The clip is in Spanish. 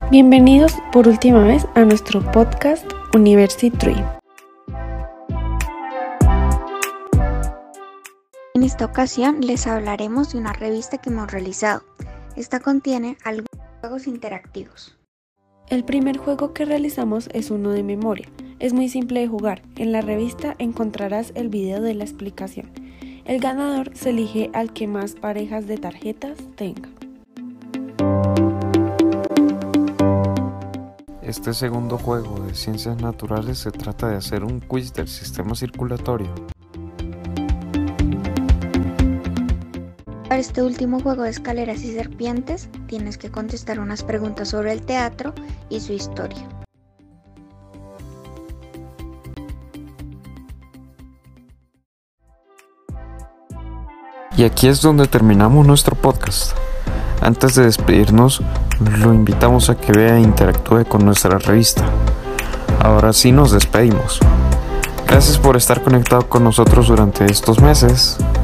Bienvenidos por última vez a nuestro podcast University Tree. En esta ocasión les hablaremos de una revista que hemos realizado. Esta contiene algunos juegos interactivos. El primer juego que realizamos es uno de memoria. Es muy simple de jugar. En la revista encontrarás el video de la explicación. El ganador se elige al que más parejas de tarjetas tenga. Este segundo juego de ciencias naturales se trata de hacer un quiz del sistema circulatorio. Para este último juego de escaleras y serpientes, tienes que contestar unas preguntas sobre el teatro y su historia. Y aquí es donde terminamos nuestro podcast. Antes de despedirnos, lo invitamos a que vea e interactúe con nuestra revista. Ahora sí nos despedimos. Gracias por estar conectado con nosotros durante estos meses.